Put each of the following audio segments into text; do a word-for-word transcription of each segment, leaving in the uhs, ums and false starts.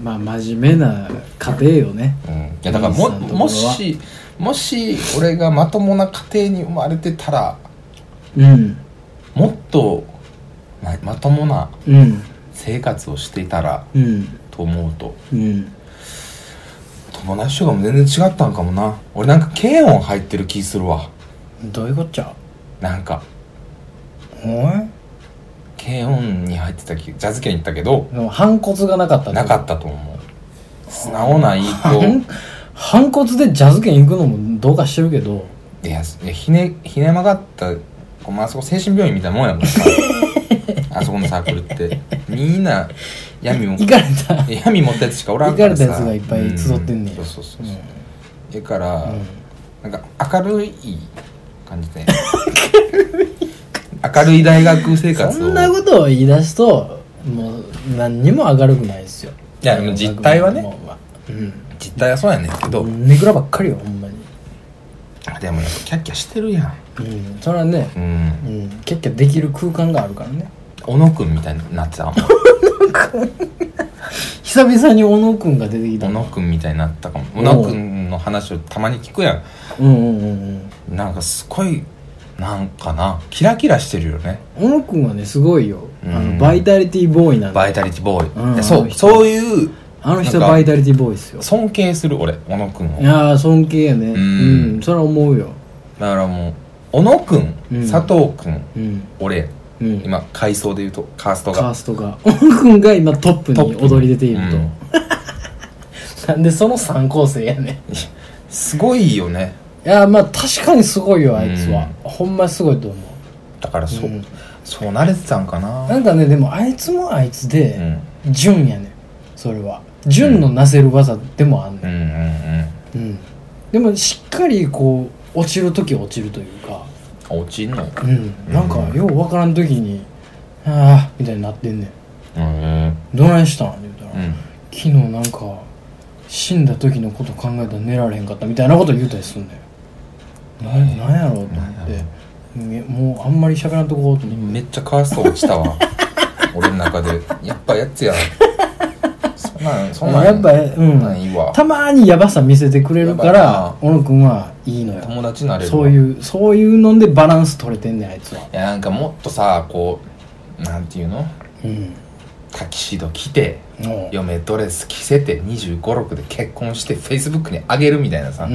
まあ真面目な家庭よね、 うん、いやだから も, もしもし俺がまともな家庭に生まれてたら、 うん、 もっと ま, まともな生活をしていたら、うん、と思うと、うん、友達とかも全然違ったんかもな。俺なんか軽音入ってる気するわ。 どういうこっちゃ。 なんかおい軽音に入ってた気、ジャズ系に行ったけどでも反骨がなかったなかったと思う。素直ないい子。 反骨でジャズ圏行くのもどうかしてるけど、 いやひねひね曲がったまあそこ精神病院みたいなもんやもんさあそこのサークルってみんな闇も行かれた闇持ったやつしかおらんからさ、 行かれたやつがいっぱい集ってんねん、 うん、そうそうそうそう、うん、だから、うん、なんか明るい感じで明るい大学生活をそんなことを言い出すともう何にも明るくないですよ。 いやでも実態はね、 うん、 実態はそうやねんけどネクラばっかりよほんまに。 でもやっぱキャッキャしてるやん、 うん、それはね、うんうん、キャッキャできる空間があるからね。 小野くんみたいになってたもん久々に小野くんが出てきた。 小野くんみたいになったかも。小野くんの話をたまに聞くやん、 うんうんうんうん、 なんかすごいなんかなキラキラしてるよね。 小野くんはねすごいよ、うん、あのバイタリティボーイなんだ。 バイタリティボーイ、うん、そうそういうあの人はバイタリティボーイですよ。 尊敬する俺小野くんを。 いや尊敬やね。うん、うん、それは思うよ。 だからもう小野くん、うん、佐藤くん、うん、俺、うん、今階層でいうとカーストがカーストが小野くんが今トップに踊り出ていると、うん、なんでその三構成やねんすごいよね。 いやまあ確かにすごいよあいつは、うん、ほんますごいと思う。 だからそ、うん、そう慣れてたんかな。 なんかねでもあいつもあいつで、うん、純やねん。それは純のなせる技でもあんねん、うんうんうんうん、でもしっかりこう落ちるとき落ちるというか。 落ちんの、 うん、なんかようわからんときに「ああ」みたいになってんねん、うん、どないしたんって言ったら、うん、昨日なんか死んだ時のこと考えたら寝られへんかったみたいなこと言うたりすんねん。な、なんやろうと思ってもうあんまり喋らんとこうと思ってめっちゃカースト落ちたわ俺の中でやっぱやつやそんなんそんなんやっぱ、うん、 なんいいわ。 たまにヤバさ見せてくれるから小野くんはいいのよ。 友達になれるわ。 そういうそういうのでバランス取れてんねんあいつは。いやなんかもっとさこうなんていうの、うん、タキシード着て嫁ドレス着せてにじゅうご、ろくで結婚してフェイスブックに上げるみたいなさ、うんうん、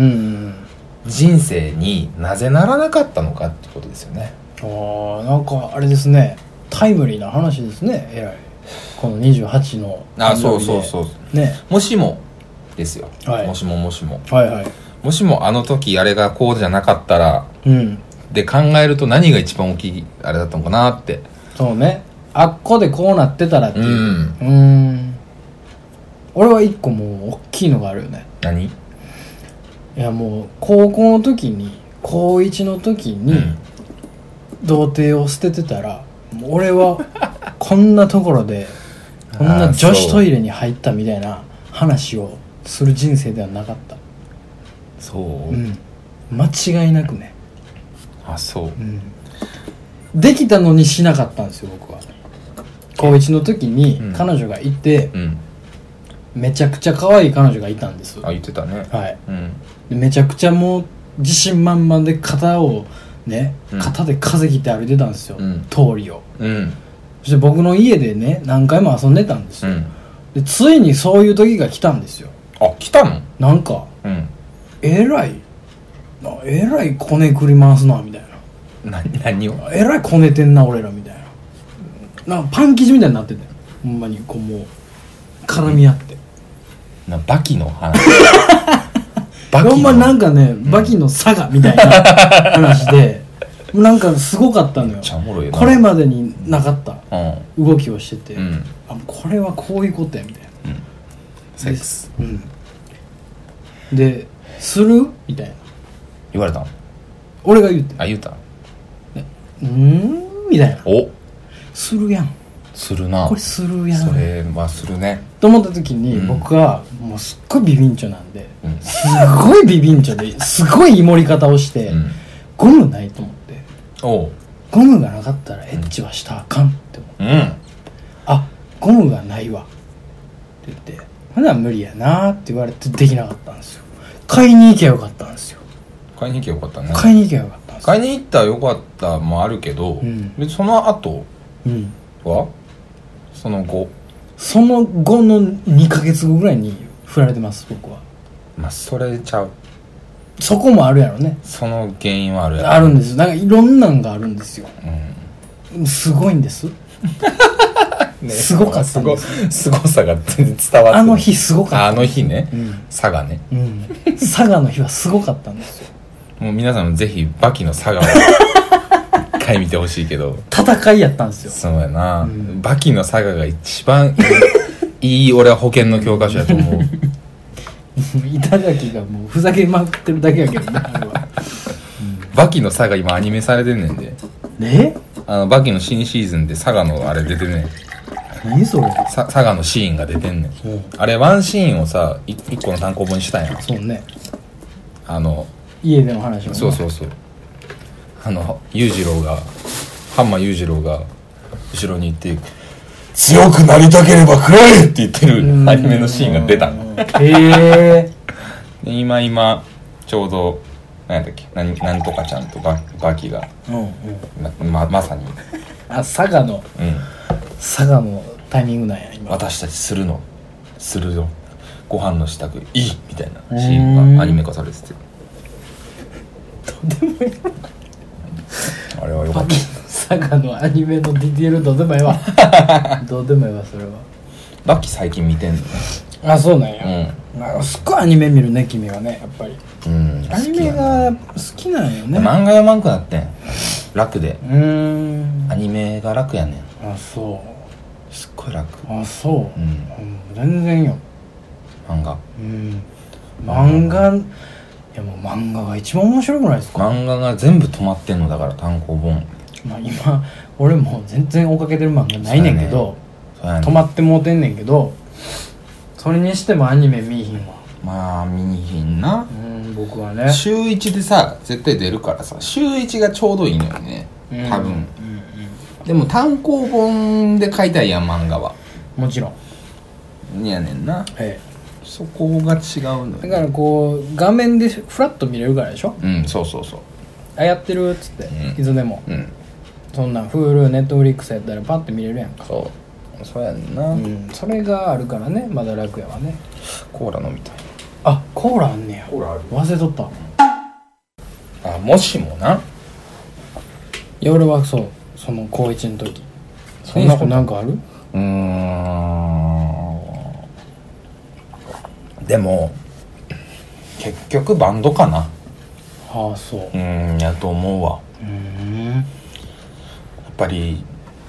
人生になぜならなかったのかってことですよね。 ああなんかあれですねタイムリーな話ですね。えらいこのにじゅうはちのあそうそうそうね。もしもですよ、はい、もしももしもはいはいもしもあの時あれがこうじゃなかったら、うん、で考えると何が一番大きいあれだったのかなって。 そうねあっこでこうなってたらっていう、うん、うーん俺は一個もう大きいのがあるよね。 何？いやもう高校の時に高いちの時に、うん、童貞を捨ててたら俺はこんなところでこんな女子トイレに入ったみたいな話をする人生ではなかった。 そう、 うん、間違いなくね。 あそう、うん、 できたのにしなかったんですよ僕は。高いちの時に彼女がいて、うん、めちゃくちゃ可愛い彼女がいたんです。 あ言ってたね。 はい、うん、でめちゃくちゃもう自信満々で肩をね、うん、肩で風切って歩いてたんですよ、うん、通りを、うん、そして僕の家でね何回も遊んでたんですよ、うん、でついにそういう時が来たんですよ。 あ来たの？ なんか、うん、えらいえらいこねくり回すなみたいな。な何を？ えらいこねてんな俺らみたいな。なんかパン生地みたいになっててほんまにこうもう絡み合って、 うん、なバキの話バキのほんまなんかね、うん、バキのサガみたいな話でなんかすごかったのよ。めっちゃおもろいよな。これまでになかった動きをしてて、うん、あこれはこういうことやみたいな、うん、 セックス、うん、 でするみたいな言われたの？ 俺が言って。 あ言った？ うーんみたいな。おするやん。 するな。 これするやん。 それはするねと思った時に、うん、僕はもうすっごいビビンチョなんで、うん、すごいビビンチョですごいイモり方をして、うん、ゴムないと思って。おゴムがなかったらエッチはしたらあかんって思って、うん、あゴムがないわって言って、 ほな無理やなって言われてできなかったんですよ。買いに行けばよかったんですよ。 買いに行けばよかったね。 買いに行けばよかったんですよ。 買いに行ったらよかったもあるけど、うん、でその後は、うん、その後その後のにかげつごぐらいに振られてます僕は。 まあそれちゃう、 そこもあるやろね。 その原因はあるやろ、 あるんですよ。なんかいろんなんがあるんですよ、うん、すごいんですね、すごかったんです。 すごさが全然伝わってあの日すごかった。 あの日ね、うん、佐賀ね、 うん、佐賀の日はすごかったんですよ。 もう皆さんもぜひバキの佐賀を一回見てほしいけど戦いやったんですよ。 そうやな、うん、バキの佐賀が一番いい俺は保険の教科書やと思う板垣がもうふざけまくってるだけやけどねあれは、 うん、バキの佐賀今アニメされてんねんで。 えあのバキの新シーズンで佐賀のあれ出てんねん。 何それ。 佐賀のシーンが出てんねん、うん、あれワンシーンをさい一個の単行本にしたんや。 そうね。 あの家での話も、ね、 そうそうそう。あの裕次郎がハンマー裕次郎が後ろに行って強くなりたければ食らえって言ってるアニメのシーンが出たの。へえ。今今ちょうど何やったっけ、なんなんとかちゃんとババキが、うんうん、ま, まさにあ佐賀の、うん、佐賀のタイミングなんや今。 私たちするのするよご飯の支度いいみたいなシーンがアニメ化されててどうでもいいあれはよかった。 佐賀のアニメのディテールどうでもいいわどうでもいいわそれは。 バキ最近見てんのね。 あそうなんや、うん、すっごいアニメ見るね君はねやっぱり、うん、アニメが好きなんよね。 漫画読まんくなってん楽で。うーんアニメが楽やねん。 あそうすっごい楽。 あそう、うんうん、全然よ漫画。 うん漫画いやもう漫画が一番面白くないですか。 漫画が全部止まってんのだから単行本。 まあ今俺も全然追っかけてる漫画ないねんけど、ねね、止まってもうてんねんけどそれにしてもアニメ見いひんわ。 まあ見いひんな。 うん僕はね週いちでさ絶対出るからさ週いちがちょうどいいのよね多分、うんうんうん、でも単行本で買いたいやん漫画は。もちろんいやねんな、ええ、そこが違うのよ。 だからこう画面でフラッと見れるからでしょ。 うんそうそうそう。 あやってるっつって、うん、いつでも、うん、そんな Hulu、Netflix やったらパッと見れるやんか。 そうそうやんな、うん、 それがあるからねまだ楽やわね。 コーラ飲みたい。 あコーラあんねや。 コーラある。 忘れとった。 あもしもな。 いや俺はそうその高いちの時そんなことなんかある。うーんでも結局バンドかな。 ああそう。うーんやと思うわ。うーんやっぱり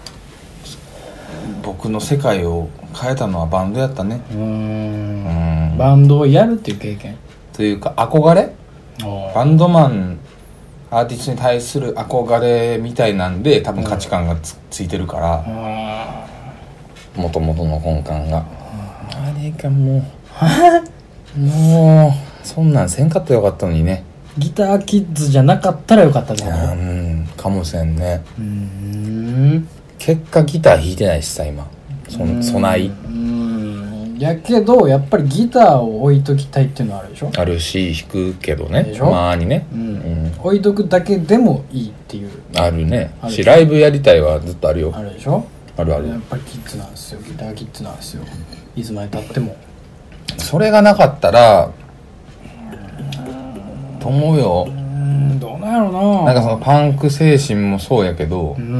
僕の世界を変えたのはバンドやったね。うーんバンドをやるっていう経験というか憧れ。バンドマンアーティストに対する憧れみたいなんで多分価値観が つ,、うん、ついてるからもともとの根幹があれがもうもうそんなんせんかったらよかったのにね。 ギターキッズじゃなかったらよかったってこと。 うんかもしれんね。うーん結果ギター弾いてないしさ今その備えうんやけどやっぱりギターを置いときたいっていうのはあるでしょ。 あるし弾くけどねたまにね、うんうん、 置いとくだけでもいいっていうあるね。あるしライブやりたいはずっとあるよ。 あるでしょ。 あるある。 やっぱりキッズなんですよ。ギターキッズなんですよ。いつまでたってもそれがなかったらと思うよ。 うんどうなんやろな。 なんかそのパンク精神もそうやけど、うん、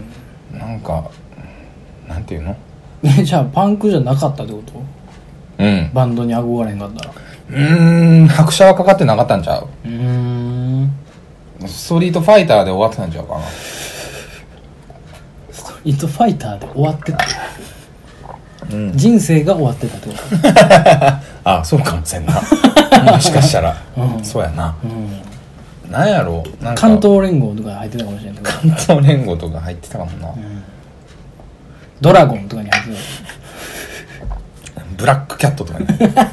なんかなんていうのじゃあパンクじゃなかったってこと。うんバンドに憧れんかったら。 うーん拍車はかかってなかったんちゃう。うーんストリートファイターで終わってたんちゃうかな。 ストリートファイターで終わってた、うん、人生が終わってたってことあそうかもしれんなもしかしたら、うん、そうやな、うん、なんやろうなんか関東連合とか入ってたかもしれんけど関東連合とか入ってたかもな、うん、 ドラゴンとかに入ってたブラックキャットとかね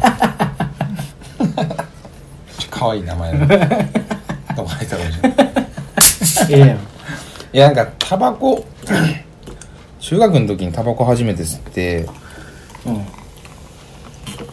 かわいい名前のとか入ってたかもしれないええやん。いやなんかタバコ中学の時にタバコ初めて吸って、うん、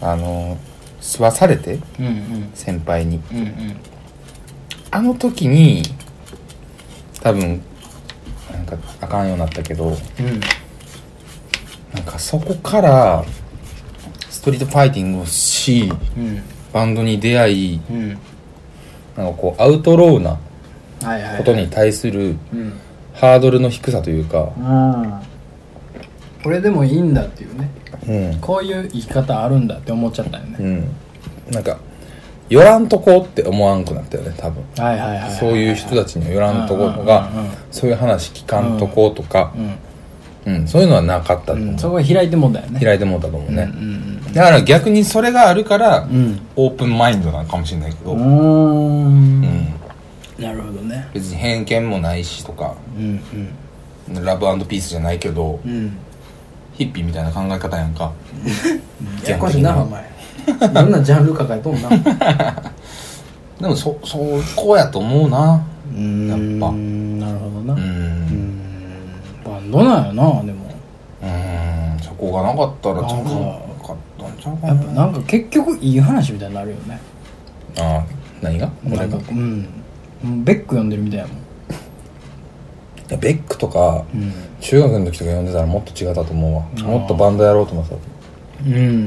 あの吸わされて、 うんうん、 先輩に、 うんうん、 あの時に多分なんかあかんようになったけど、うん、なんかそこからストリートファイティングをし、うん、バンドに出会い、うん、なんかこうアウトローなことに対するハードルの低さというか、 うん、これでもいいんだっていうね、うん、こういう生き方あるんだって思っちゃったよね、うん、 なんか寄らんとこって思わんくなったよね多分、 はいはいはいはい、 そういう人たちに寄らんとことか、うんうんうん、そういう話聞かんとことか、うんうん、そういうのはなかったと思う、 うん、そこは開いてもんだよね、 開いてもんだと思うね、うんうんうん、だから逆にそれがあるから、うん、オープンマインドなのかもしれないけど、うーん、うん、 なるほどね、 別に偏見もないしとか、うんうん、ラブ&ピースじゃないけど、うん、ヒッピーみたいな考え方やんかややこしいなお前どんなジャンル抱えとんなでもそそうこうやと思うな、うーん、やっぱなるほどな、うーん、バンドなんやな。でもうーん、そこがなかったらちゃうかったんちゃうかな。 やっぱなんか結局いい話みたいになるよね。 ああ、何が？ なんかうん、ベック読んでるみたいやもん。いやベックとか、うん、中学の時とか読んでたらもっと違ったと思うわ。もっとバンドやろうと思ってた。うん。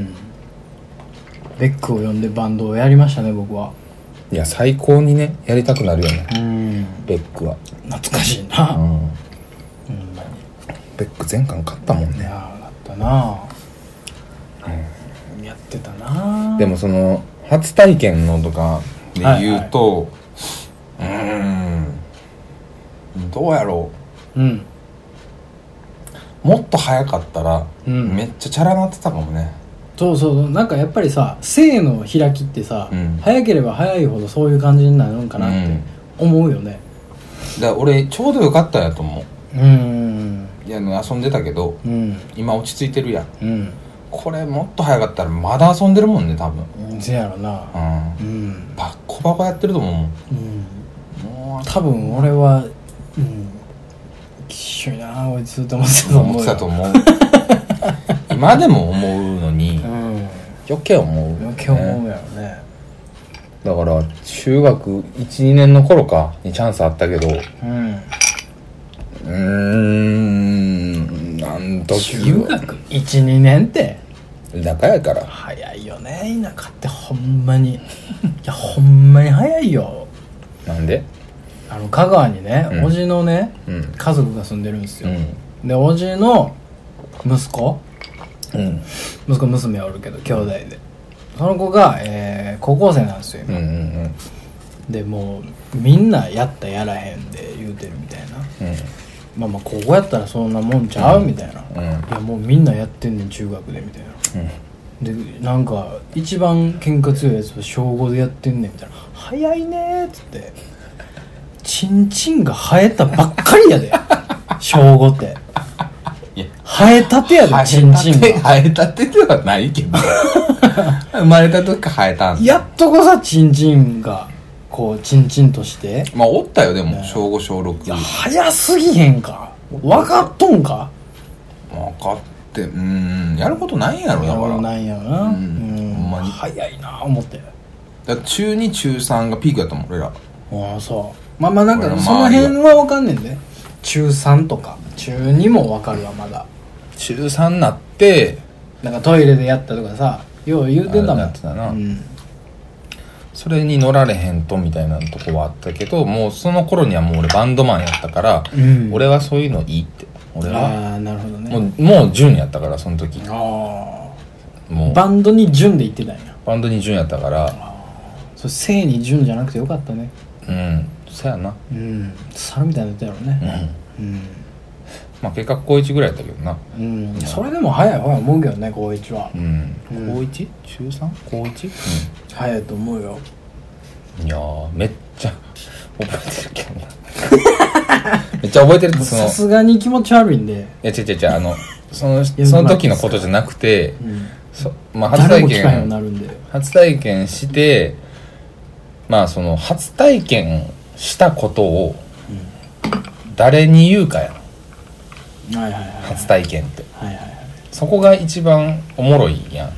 ベックを読んでバンドをやりましたね僕は。 いや最高にねやりたくなるよね、うん、ベックは懐かしいな、うん、 ベック全巻買ったもんね。 いや買ったな、うん、やってたな。 でもその初体験のとかで言うと、はいはい、うーんどうやろう、うん、もっと早かったら、うん、めっちゃチャラなってたかもね。 そうそう、なんかやっぱりさ性の開きってさ、うん、早ければ早いほどそういう感じになるんかなって思うよね、 うん、だから俺ちょうどよかったんやと思う。うん、いや遊んでたけど、うん、今落ち着いてるやん、うん、これもっと早かったらまだ遊んでるもんね多分。 うん、せやろな、 うんうん、バッコバコやってると思うもん、 うん、もう多分俺はうんきっしょいなこいつと思ってたと思うよ。思ってたと思う今でも思うのに、うん、余計思う、ね、 余計思うやろね。 だから中学 いちにねんの頃かにチャンスあったけど、うん、うーんなんと中学 いちにねんって田舎やから早いよね。田舎ってほんまにいやほんまに早いよ。 なんであの香川にね、うん、おじのね、うん、家族が住んでるんですよ、うん、でおじの息子うん、息子娘おるけど兄弟でその子が、えー、高校生なんですよ今、うんうんうん、でもうみんなやったやらへんで言うてるみたいな、うん、まあまあ高校やったらそんなもんちゃう、うん、みたいな、うん、いやもうみんなやってんねん中学でみたいな、うん、でなんか一番喧嘩強いやつは小ごでやってんねんみたいな。早いねーっつってチンチンが生えたばっかりやで小ごって生えたてやでチンチンが生えたてではないけど生まれた時から生えたんやっとこさチンチンがこうチンチンとしてまあおったよでも、ね、小ご小ろく。いや早すぎへんか分かっとんか分かってうーんやることないんやろだからやることないんやろな、うん、うんほんまに早いな思ってだ中に中さんがピークやったもん俺ら。 ああそうまあまあなんかその辺は分かんねんで、ね、中さんとか中にも分かるわまだ中さんになってなんかトイレでやったとかさよう言うてんだもん。 やってたな、うん、それに乗られへんとみたいなとこはあったけどもうその頃にはもう俺バンドマンやったから、うん、俺はそういうのいいって俺はあなるほどねもう、もう純やったからその時あもうバンドに純で行ってたんや。 バンドに純やったからあそれ正に純じゃなくてよかったね。 うんそうやなうん猿みたいなやつやろねうん、うんまあ結果高いちぐらいやったけどな、 うん、それでも早い方や思うけどね高いちは、うんうん、高 いち？ 中さん？高 いち？ うん、 早いと思うよ。 いやーめっちゃ覚えてるけどなめっちゃ覚えてるってさすがに気持ち悪いんで。 いや違う違う違うあのそのその時のことじゃなくて、うんそまあ、初体験初体験してまあその初体験したことを誰に言うかやろはいはいはいはい、初体験って、はいはいはい、そこが一番おもろいやん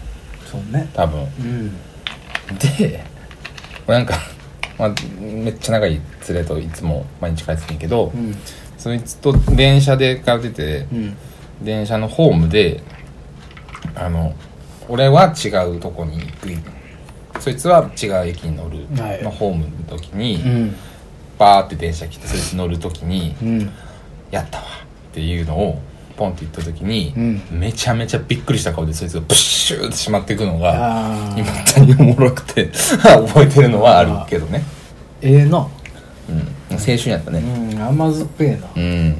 そうね多分、うん、でなんか、まあ、めっちゃ長い連れといつも毎日帰ってたんやけど、うん、そいつと電車で通ってて、うん、電車のホームであの俺は違うとこに行く、そいつは違う駅に乗る、はい、のホームの時に、うん、バーって電車来てそいつ乗る時に、うん、やったわっていうのをポンって言った時に、うん、めちゃめちゃびっくりした顔でそいつがプッシューってしまっていくのが今だにおもろくて覚えてるのはあるけどね。 ええー、な、 うん、青春やったね。 うん、甘酸っぱいな。うん、うん、 え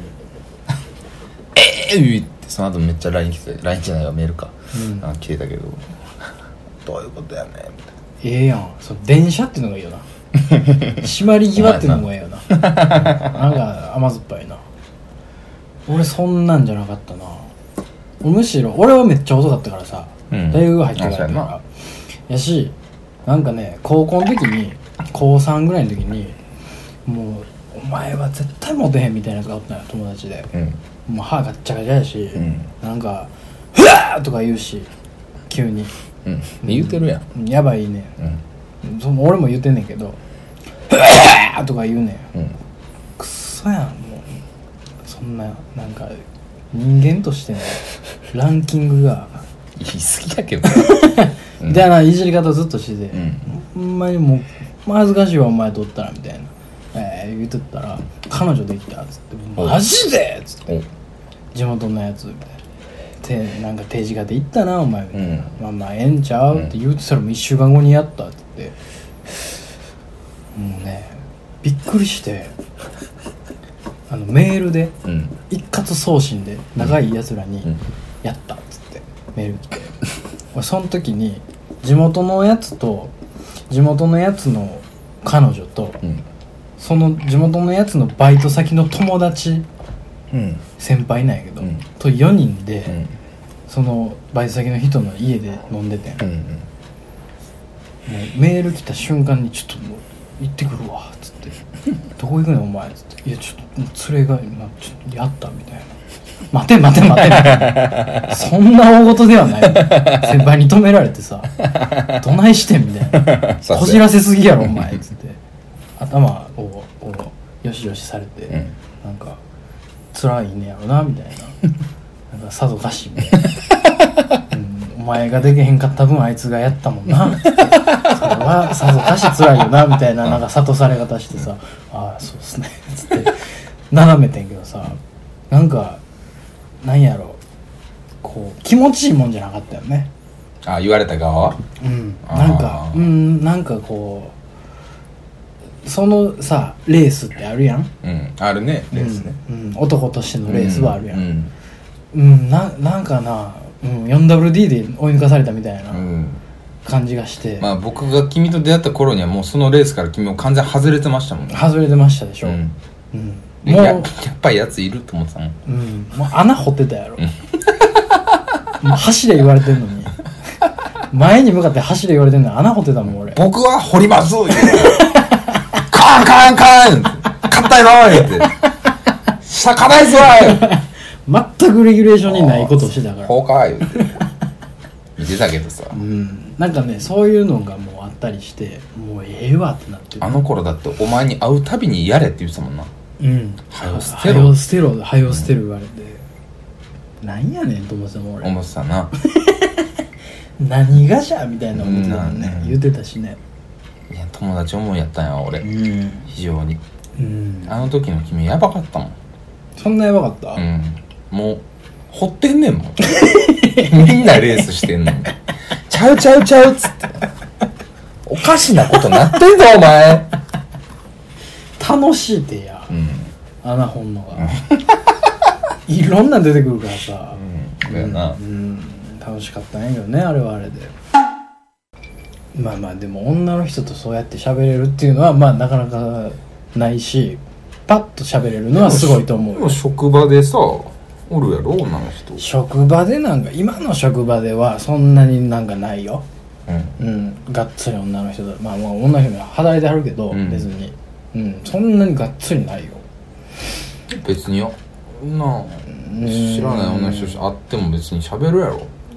えー、言ってその後めっちゃ ライン 来て ライン じゃないわメールか、うん、あ来てたけどどういうことやねんみたいな。 ええー、やん、その電車っていうのがいいよな締まり際っていうのがいいよななんか甘酸っぱいな。俺そんなんじゃなかったな。むしろ俺はめっちゃ遅かったからさ、うん、大学入ってからからやし、なんかね高校の時に高さんぐらいの時にもうお前は絶対モテへんみたいなやつがおったのよ友達で、うん、もう歯ガッチャガチャやし、うん、なんかふわーとか言うし急に、 うん、言うてるやん、やばいね、うん、その俺も言うてんねんけどふわーとか言うねん、うん、くっそやん。そんななんか人間としてのランキングが言い過ぎだけどみたいないじり方ずっとしてて、うん、ほんまにもう恥ずかしいわお前とったらみたいな、えー、言うとったら彼女できたっつってマジでっつって地元のやつみたいなてなんか定時がで行ったなお前みたいな、うん、まあまあええんちゃうって言うてたらもういっしゅうかんごにやったって言ってもうねびっくりしてあのメールで、うん、一括送信で長いやつらにやったっつってメール来て俺その時に地元のやつと地元のやつの彼女と、うん、その地元のやつのバイト先の友達、うん、先輩なんやけど、うん、とよにんで、うん、そのバイト先の人の家で飲んでてん、うんうん、もうメール来た瞬間にちょっともう行ってくるわっつってどこ行くねんお前っつっていやちょっと連れが今ちょっとやったみたいな待て待て待てそんな大事ではない先輩に止められてさどないしてんみたいなこじらせすぎやろお前っつって頭をこうよしよしされて、うん、なんか辛いねやろなみたいななんかさぞかしみたいな、うん、お前ができへんかった分あいつがやったもんなそれはさぞかし辛いよなみたいななんか諭され方してさああそうっすねつって斜めてんけどさなんかなんやろこう気持ちいいもんじゃなかったよね。 ああ言われた側はうんなんかうんなんかこうそのさレースってあるやん。 うんあるねレースね、 うんうん、男としてのレースはあるやん。うん、うんうん、な, なんかな、うん、よんダブリューディー で追い抜かされたみたいな感じがして、 まあ僕が君と出会った頃にはもうそのレースから君も完全外れてましたもんね。 外れてましたでしょ。うんうんもう や, やっぱりやついると思ってたもん、 うん、もう穴掘ってたやろもう走れ言われてんのに前に向かって走れ言われてんのに穴掘ってたもん俺。 僕は掘りますカンカンカン勝ったよ言って下課題ぞ全くレギュレーションにないことをしてたから放火言って見てたけどさ、 うん、なんかねそういうのがもうあったりしてもうええわってなってあの頃だってお前に会うたびにやれって言ってたもんな。うん、はよ捨てろはよ捨てろはよ捨てる言われて、うん、なんやねんと思ってたもん俺。 思ってたな何がじゃみたいな思ってたもんね、うん、言ってたしね。 いや友達思いやったんや俺、うん、非常に、うん、あの時の君やばかったもん。 そんなやばかった、 うん、もう掘ってんねんもんみんなレースしてんのにちゃうちゃうちゃうっつっておかしなことなってんぞお前楽しいてや、うん、穴掘んのがいろんな出てくるからさ、 うんうんうんうん、楽しかったんやけどねあれはあれで。まあまあでも女の人とそうやって喋れるっていうのはまあなかなかないしパッと喋れるのはすごいと思うよ。 でも職場でさおるやろ女の人。 職場でなんか今の職場ではそんなになんかないよ、うん、うん、がっつり女の人だまあまあ女の人が働いてはるけど、うん、別にうん、そんなにがっつりないよ別によなあ知らない女の人会っても別に喋るやろ。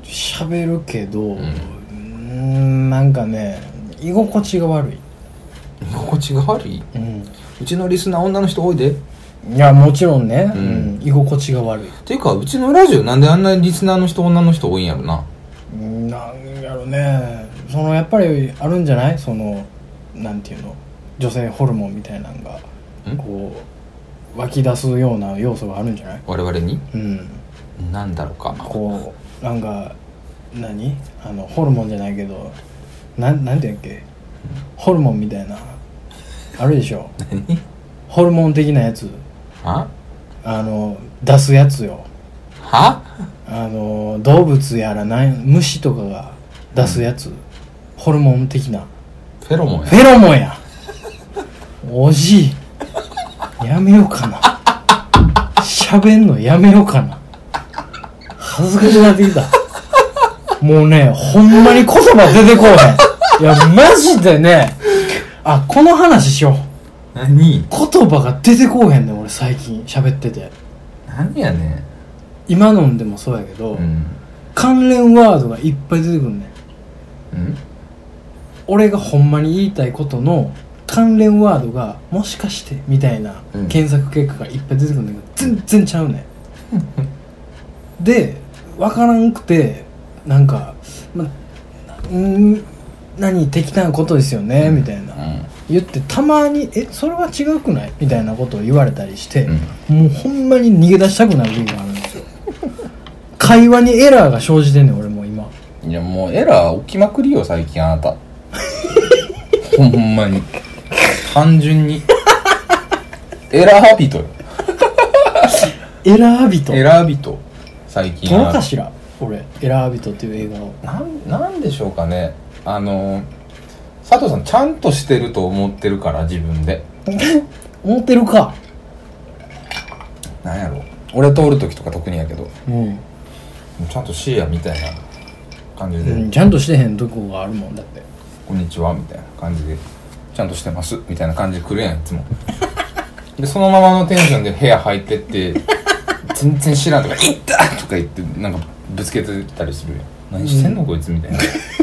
喋るけど、うん、うーんなんかね居心地が悪い。 居心地が悪い、うん、うちのリスナー女の人多いで。 いやもちろんね、うんうん、居心地が悪いっていうかうちのラジオなんであんなリスナーの人女の人多いんやろな。 なんやろね、そのやっぱりあるんじゃない、そのなんていうの女性ホルモンみたいなのがこう湧き出すような要素があるんじゃない我々に。 うんなんだろうか、 こうなんか何あのホルモンじゃないけどな ん, なんて言うんやっけ、うん、ホルモンみたいなあるでしょ何ホルモン的なやつ、 はあの出すやつよ。 はあの動物やらなん虫とかが出すやつ、うん、ホルモン的な。 フェロモンや。 フェロモンやおじいやめようかな喋んのやめようかな、恥ずかしくなってきたもうねほんまに言葉出てこうへん。いやマジでね、あこの話しよう。 何言葉が出てこうへんねん俺最近喋ってて。 何やねん。 今のんでもそうやけど、 うん、 関連ワードがいっぱい出てくんねん、うん、俺がほんまに言いたいことの関連ワードがもしかしてみたいな検索結果がいっぱい出てくるんだけど、全然ちゃうねんで分からんくてなんか、ま、ん何適当なことですよね、うん、みたいな、うん、言ってたまにえそれは違うくないみたいなことを言われたりして、うん、もうほんまに逃げ出したくなる時があるんですよ会話にエラーが生じてんねん俺も今。 いやもうエラー起きまくりよ最近あなたほんまに単純にエラー人よエラー人エラー人最近どうかしら俺エラー人っていう映画をなん、なんでしょうかね。あの佐藤さんちゃんとしてると思ってるから自分で思ってるか。 なんやろ俺通る時とか特にやけど、 うん、 ちゃんとしやみたいな感じで、 うん、ちゃんとしてへんとこがあるもんだって。 こんにちはみたいな感じでちゃんとしてますみたいな感じで来るやんいつもでそのままのテンションで部屋入ってって全然知らんとか「いった!」とか言ってなんかぶつけてたりするやん。何してんの、うん、こいつみたいなだ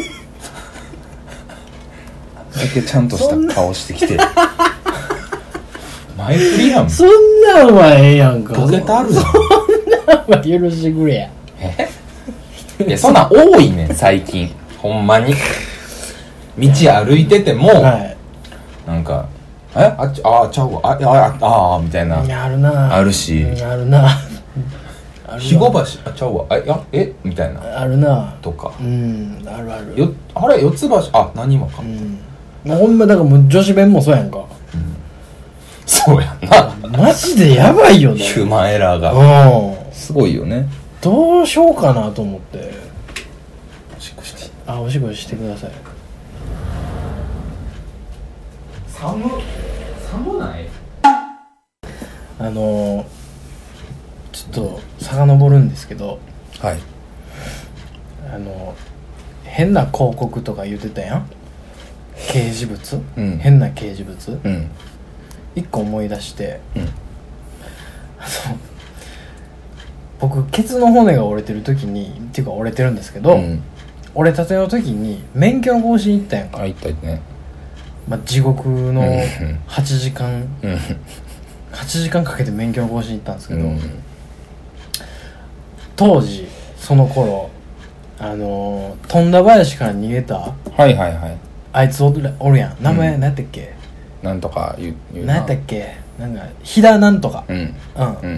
けちゃんとした顔してきて前振りやん。 そんなんはええやんか。 ボケたあるやん。 そんなんは許してくれや。 えいやそんなん多いねん最近ほんまに道歩いてても、はい、なんかえあっちあちゃうわあああみたいなあるなあるし、 うん、あるな肥後橋あちゃうわあやえみたいなあるなとかうんあるあるよあれ四つ橋あ何今か、うん、 ほんまだからもう女子弁もそうやんか、うん、 そうやんなマジでやばいよねヒューマンエラーがうんすごいよね。 どうしようかなと思っておしっこしてあおしっこしてください。 寒寒ないあのちょっと遡るんですけど、 はいあの変な広告とか言ってたやん掲示物、うん、変な掲示物、うん、一個思い出して、うん、あの僕ケツの骨が折れてる時にっていうか折れてるんですけど、うん、折れたての時に免許の更新行ったやんか。 あ行ったね。 まあ、地獄のはちじかん、うん、はちじかんかけて免許の更新行ったんですけど、うん、当時その頃あのー、富田林から逃げたはいはいはいあいつおる、おるやん名前、うん、何やったっけなんとか言う言うな何やったっけなんか飛騨なんとか、うんうん、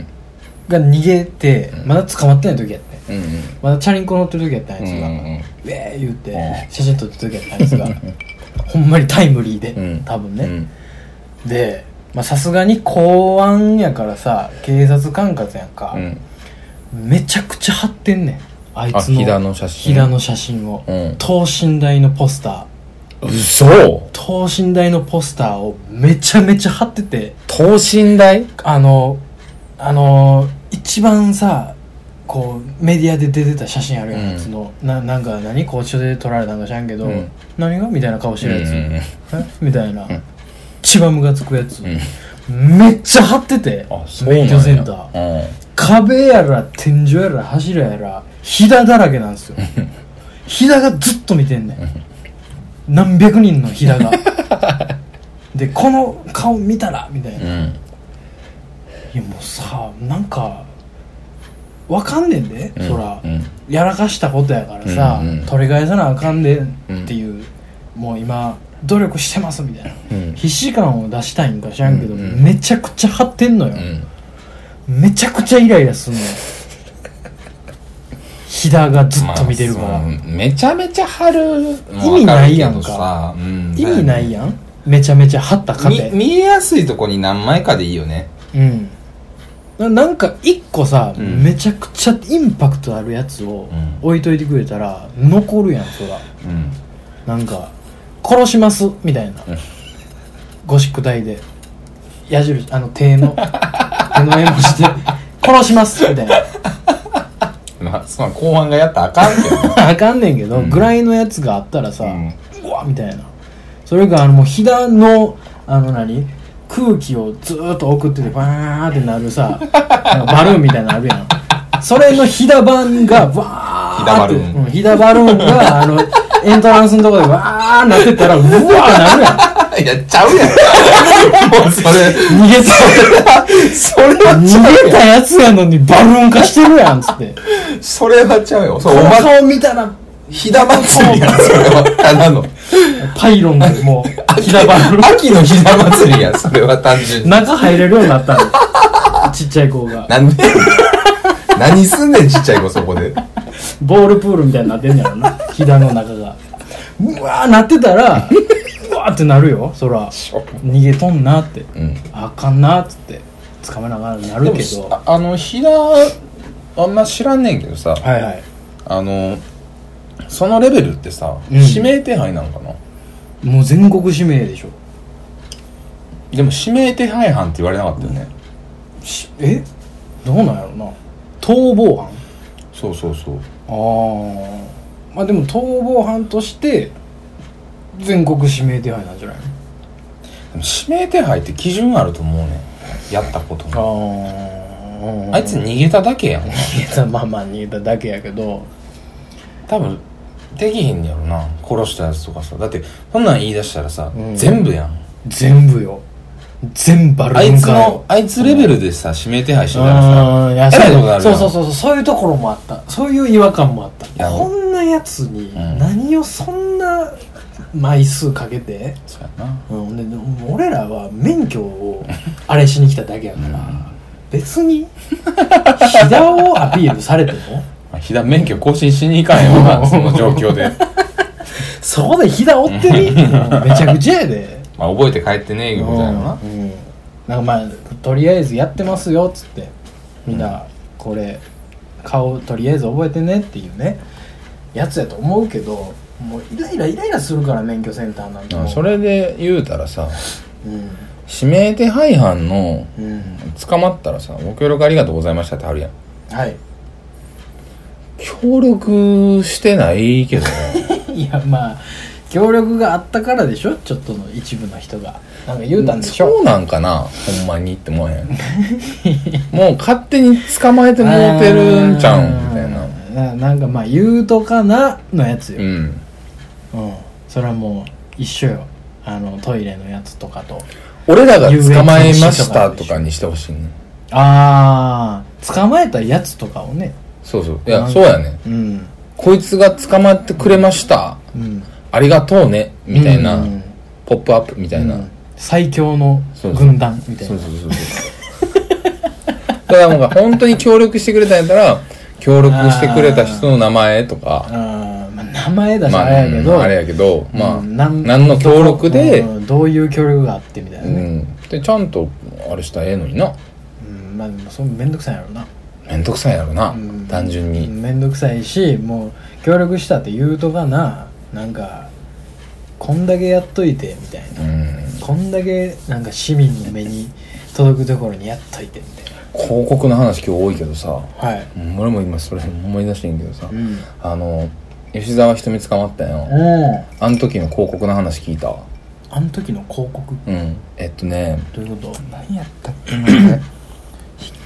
が逃げて、うん、まだ捕まってない時やって、うんうん、まだチャリンコ乗ってる時やったあいつが、うんうん、ウェー言って、うん、写真撮ってる時やったあいつがほんまにタイムリーで、うん、多分ね、うん、でさすがに公安やからさ警察管轄やんか、うん、めちゃくちゃ貼ってんねんあいつの飛騨の写真飛騨の写真を、うん、等身大のポスター嘘等身大のポスターをめちゃめちゃ貼ってて等身大あのあの一番さこうメディアで出てた写真あるやん、うん、その な, なんか何拘置所で撮られたんか知らんけど、うん、何がみたいな顔してるやつ、うんうんうん、えみたいな、うん、千葉ムがつくやつ、うん、めっちゃ貼ってて免許センター壁やら天井やら柱やらひだだらけなんですよひだがずっと見てんねん何百人のひだがでこの顔見たらみたいな、うん、いやもうさなんかわかんねんで、うん、そら、うん、やらかしたことやからさ、うんうん、取り返さなあかんでっていう、うん、もう今努力してますみたいな、うん、必死感を出したいんか知らんけど、うんうん、めちゃくちゃ張ってんのよ、うん、めちゃくちゃイライラすんのよひだがずっと見てるから、まあ、 めちゃめちゃ張る意味ないやんか、うん、意味ないやんめちゃめちゃ張った壁見, 見えやすいとこに何枚かでいいよね。 うんな, なんか一個さ、うん、めちゃくちゃインパクトあるやつを置いといてくれたら残るやんそら、うん、なんか殺しますみたいな、うん、ゴシック体で矢印あの手の手の絵文字で殺しますみたいなまあその後半がやったらあかんけどあかんねんけど、うん、ぐらいのやつがあったらさ、うん、うわみたいなそれがあのもうひだのあの何空気をずーっと送っててバーってなるさバルーンみたいなのあるやんそれのひだ版がバーってひだバルーンがあのエントランスのところでバーなってったらうわーなるやんやっちゃうやんもうそれ逃げたそれは逃げたやつやのにバルーン化してるやんつってそれはちゃうよそうお前顔見たらひだ祭りやんそれはただのパイロンでもうひだバルーン秋のひだ祭りやんそれは単純に中入れるようになったのちっちゃい子がなんで何すんねんちっちゃい子そこでボールプールみたいになってんやろなひだの中がうわーなってたらうわーってなるよそら逃げとんなって、うん、あかんなっつって捕まえながらなるけどあ, あのひだあんま知らんねんけどさはいはいあのそのレベルってさ、うん、指名手配なんかなもう全国指名でしょでも指名手配犯って言われなかったよね、 うん、えどうなんやろな逃亡犯そうそうそうああまあでも逃亡犯として全国指名手配なんじゃないのでも指名手配って基準あると思うねやったことあああいつ逃げただけやん逃げたまあまあ逃げただけやけど多分できへんやろな殺したやつとかさだってこんなん言い出したらさ、うん、全部やん全部よ全部あるあいつのあいつレベルでさ、うん、指名手配してたらさえらいことあるそうそうそうそうそういうところもあったそういう違和感もあったこんなやつに何をそんな枚数かけて、 そうやな、 うん、で俺らは免許をあれしに来ただけやから、うん、別にひだをアピールされてもひだ免許更新しに行かへんよなその状況でそこでひだ追ってみめちゃくちゃやでまあ覚えて帰ってねえみたいなな、うん、 なんかまあとりあえずやってますよっつってみんなこれ顔とりあえず覚えてねっていうねやつやと思うけどもうイライライライラするから免許センターなんてそれで言うたらさ、うん、指名手配犯の、うん、捕まったらさご協力ありがとうございましたってあるやんはい協力してないけどいやまあ協力があったからでしょちょっとの一部の人がなんか言うたんでしょそうなんかなほんまにって思えへんもう勝手に捕まえてもうてるんちゃうんみたいなな, なんかまあ言うとかなのやつよ、うん、うん、それはもう一緒よあのトイレのやつとかと俺らが捕まえましたとかにしてほしいねああ捕まえたやつとかをねそうそういやそうやね、うん、こいつが捕まってくれました、うんありがとうねみたいな、うん、ポップアップみたいな、うん、 最強の軍団みたいなそうそうそうそうだからもう本当に協力してくれたんやったら協力してくれた人の名前とかあ、まあ、名前だしあれやけど、 まあ、あれやけど、まあ、 うん、 何の協力で、 うん、どういう協力があってみたいなね、うん、 でちゃんとあれしたらええのにな、 うん、まあでもそれめんどくさいやろなめんどくさいやろな、うん、単純にめんどくさいしもう協力したって言うとかななんかこんだけやっといてみたいな、うん、こんだけなんか市民の目に届くところにやっといてみたいな広告の話今日多いけどさ、 はい、 俺も今それ思い出してんけどさ、うん、あの吉沢ひとみ捕まったよ、 うん、 あの時の広告の話聞いたあの時の広告うんえっとねどういうこと何やったっけな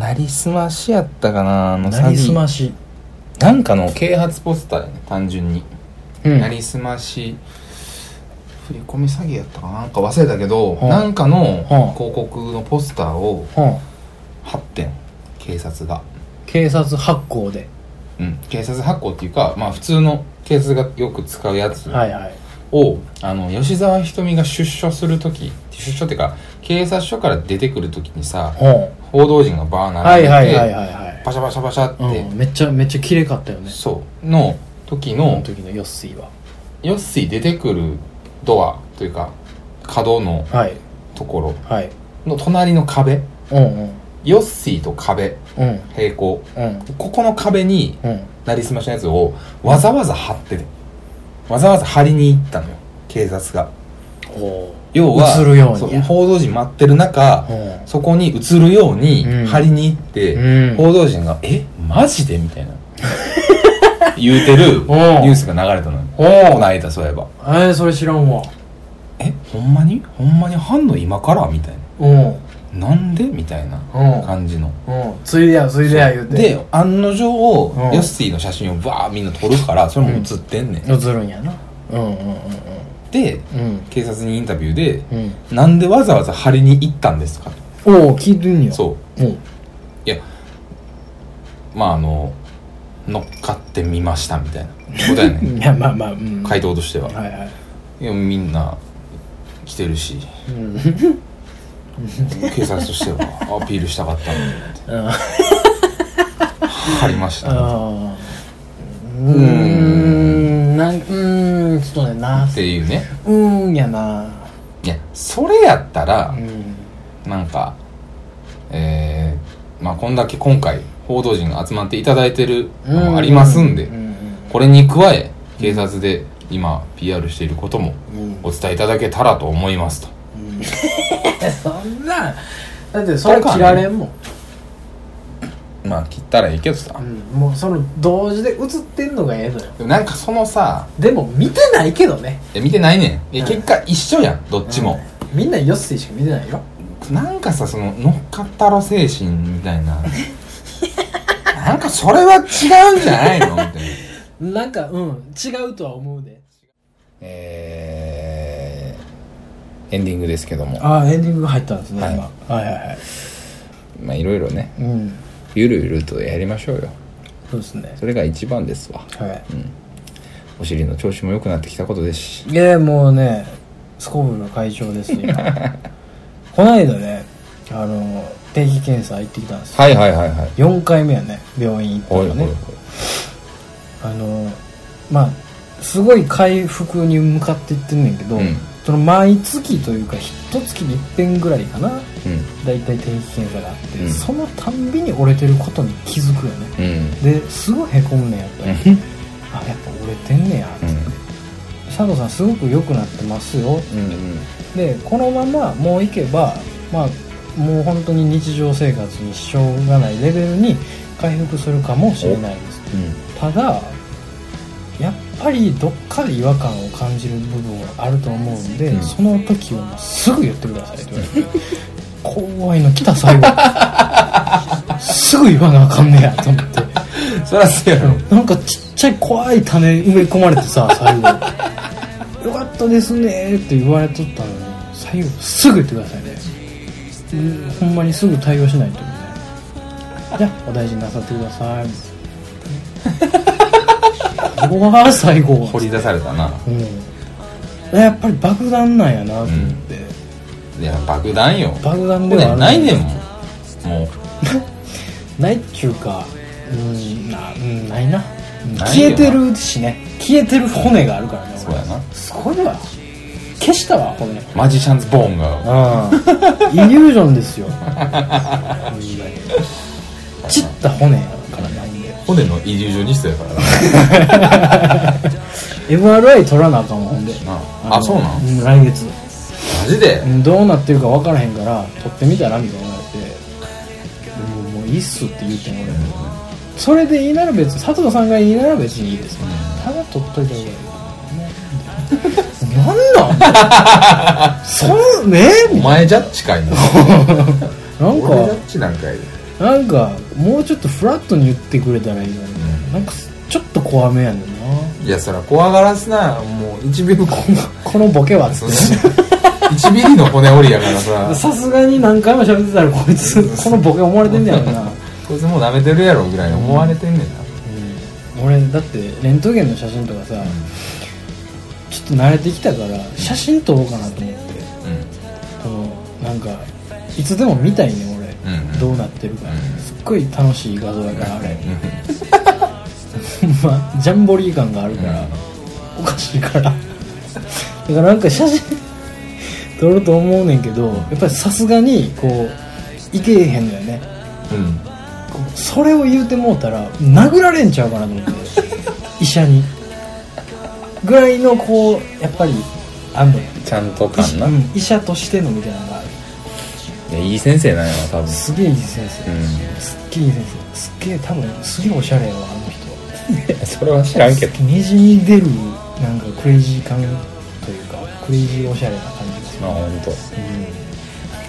なりすましやったかな、あのなりすましなんかの啓発ポスターやね、単純に、うん、なりすまし振り込み詐欺やったかな、なんか忘れたけど、はあ、なんかの広告のポスターを貼ってん、警察が警察発行で、 うん、警察発行っていうか、まあ普通の警察がよく使うやつを、はいはい、あの吉沢ひとみが出所するとき、出所っていうか警察署から出てくるときにさ、報道陣がバー並んでて、はいはいはいはいはい、バシャバシャバシャって、 うん、めっちゃめっちゃ綺麗かったよね。 そうの時の、 の時のヨッシーはヨッシー出てくるドアというか角のところの隣の壁、うんうん、ヨッシーと壁、うん、平行、うん、ここの壁に、うん、なりすましのやつをわざわざ貼ってる、わざわざ貼りに行ったのよ、警察が。要は映るように報道陣待ってる中、そこに映るように貼りに行って、うん、報道陣が「えマジで?」みたいな言うてるニュースが流れたのよ、この間。そういえばえー、それ知らんわ。 えほんまにほんまに貼んの今からみたいな、なんでみたいな感じの、 ついでやついでや言うて、 で案の定ヨッシーの写真をバーみんな撮るから、それも写ってんねん、 写るんやな。うんうんうんうん。 で、うん、警察にインタビューで、うん、なんでわざわざ張りに行ったんですかと。おお、聞いてんや。 そう、うん、いやまああの乗っかってみましたみたいなことやねんいやまあまあ、うん、 回答としては、はいはい、いやみんな来てるし、うん、警察としてはアピールしたかったのにって張りました、ね、あうーんなんうーんちょっとねなっていうね、 うーんやな。 いやそれやったら、うん、なんかえー、まあこんだけ今回報道陣が集まっていただいてるのもありますんで、うんうんうん、これに加え警察で今 ピーアール していることもお伝えいただけたらと思いますと、うん、 そんなだってそれ切られんもん。 まあ切ったらいいけどさ、うん、 もうその同時で映ってんのがええのよ。 でもなんかそのさ、 でも見てないけどね。 いや見てないねん。いや結果一緒やん、どっちも、 うん、みんなヨッセイしか見てないよ。 なんかさ、その乗っかったろ精神みたいななんかそれは違うんじゃないのってなんかうん違うとは思うで。 えー、エンディングですけども。 ああエンディングが入ったんですね、はい、今はいはいはい。 まあいろいろね、うん、ゆるゆるとやりましょうよ。 そうですね。 それが一番ですわ。はい、うん、お尻の調子も良くなってきたことですし。 いやもうねスコブの会長ですよこの間ねあの定期検査行ってきたんですよ。 はいはいはいはい。 よんかいめやね病院行ったのね。あのまあすごい回復に向かっていってんねんけど、うん、その毎月というか一月に一遍ぐらいかな、うん、だいたい定期検査があって、うん、そのたんびに折れてることに気づくよね、うん、ですごいへこむねんやっぱりあやっぱ折れてんねやつって、うん、佐藤さんすごく良くなってますよって、うんうん、でこのままもういけばまあもう本当に日常生活に支障がないレベルに回復するかもしれないんです、うん、ただやっぱりどっかで違和感を感じる部分はあると思うんで、うん、その時はもうすぐ言ってくださいって言われて怖いの来た最後すぐ言わなあかんねやと思ってそらそうやろ。 なんかちっちゃい怖い種埋め込まれてさ最後よかったですねって言われとったのに最後すぐ言ってくださいね、うん、ほんまにすぐ対応しないとね。じゃあお大事になさってくださいここは最後掘り出されたな、 うん、やっぱり爆弾なんやなと思って、 うん、いや爆弾よ。 爆弾ではないねんもんもうないっちゅうかうんな、うん、ないな。消えてるしね。消えてる骨があるからね。 そうやな。 すごいわ。消したわ骨。 マジシャンズボーンが。 うん。イリュージョンですよ。散った骨やからね。 骨のイリュージョニストやからなエムアールアイ 取らなあかんわほんで。 ああそうなん。 来月。 マジで。 どうなってるか分からへんから取ってみたらみたいな言われて、もうもういいっすって言ってん俺。それでいいなら別に佐藤さんがいいなら別にいいですよ、ね、ただ取っといた方がいいなんなんそうねお前ジャッジかいななんか俺ジャッジなんかいなんかもうちょっとフラットに言ってくれたらいいのに、うん、なんかちょっと怖めやねんな。 いやそら怖がらすな、もういちビルこのボケはっつっていちビリの骨折りやからさ、 さすがに何回も喋ってたらこいつこのボケ思われてんねやろなこいつもう舐めてるやろぐらい思われてんねんな、 うんうん、俺だってレントゲンの写真とかさ、うん、ちょっと慣れてきたから写真撮ろうかなと思って、うん、そのなんかいつでも見たいね俺、うんうん、どうなってるか、うん、すっごい楽しい画像だからあれほんまジャンボリー感があるから、うん、おかしいからだからなんか写真撮ると思うねんけど、やっぱりさすがにこういけへんのよね、うん、それを言うてもうたら殴られんちゃうかなと思って医者にぐらいのこうやっぱりあんのちゃんと感な、 うん、医者としてのみたいなのがある。 いやいい先生なんや多分すげえいい先生、うん、すっげえいい先生、すっげえ多分すげえおしゃれやわあの人それは知らんけどにじみ出るなんかクレイジー感というかクレイジーおしゃれな感じですね。あ、ほんと、うん、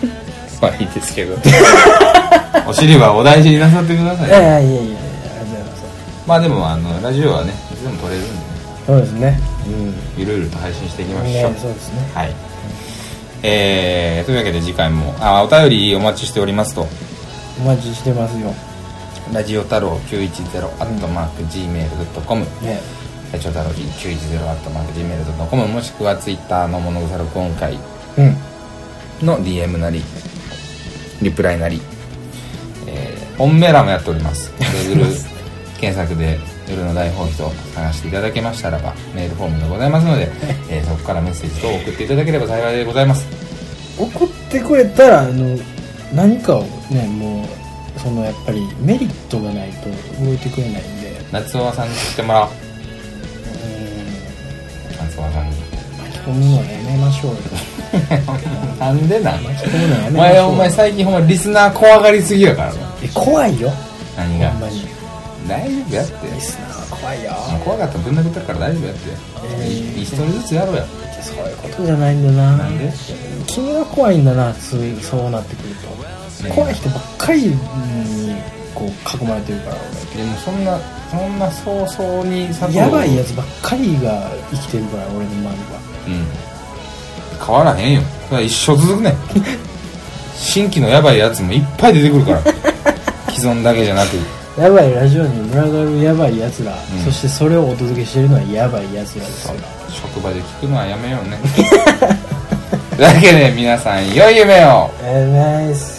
まあいいですけどお尻はお大事になさってください、ね、 いやいやいやいや、ありがとうございます。 まあでもあのラジオはねいつでも撮れるんでね。 そうですね、 うん、ゆるゆると配信していきましょう、 ね、そうですね、 はい、えー、というわけで次回もあお便りお待ちしておりますと。 お待ちしてますよ。 ラジオ太郎きゅういちゼロアットマーク ジーメールドットコム、ラジオ太郎きゅういちゼロアットマーク ジーメールドットコム もしくはツイッターの物草録音会の ディーエム なりリプライなり、えー、本メーラーもやっております。Google 検索で夜の大放棄と探していただけましたらばメールフォームがございますので、えー、そこからメッセージと送っていただければ幸いでございます。 送ってくれたらあの何かをね、もうそのやっぱりメリットがないと動いてくれないんで、 夏尾さんに知ってもらおう。夏尾さんに巻き込むのはやめましょうよなんでなん巻き込むのはやめましょう。お前お前最近ほんまリスナー怖がりすぎやからな。 え怖いよ。 何がほんまに大丈夫やって。 リスナーは怖いよ。 怖かったらぶん殴ったから大丈夫やって、えー、一人ずつやろうや。 そういうことじゃないんだな。 なんで君が怖いんだな。そうなってくると、ね、怖い人ばっかりにこう囲まれてるから俺。でもそんなそんな早々にやばいやつばっかりが生きてるから俺の周りは。 うん変わらへんよ。それは一生続くね新規のやばいやつもいっぱい出てくるから既存だけじゃなくやばいラジオに群がるやばいやつら、うん、そしてそれをお届けしているのはやばいやつらですよ。 職場で聞くのはやめようねというわけで皆さん良い夢を。 ナイス。